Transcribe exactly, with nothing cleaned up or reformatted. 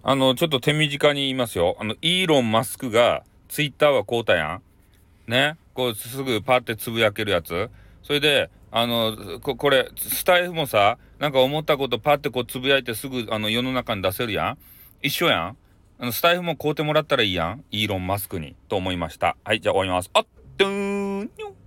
あの、ちょっと手短に言いますよ。あの、イーロン・マスクがツイッターはこうたやん。ね。こう、すぐパーってつぶやけるやつ。それで、あの、こ、これ、スタイフもさ、なんか思ったことパーってこうつぶやいてすぐ、あの、世の中に出せるやん。一緒やん。あの、スタイフも買うてもらったらいいやん。イーロン・マスクに。と思いました。はい、じゃあ終わります。あっ、ドゥーン。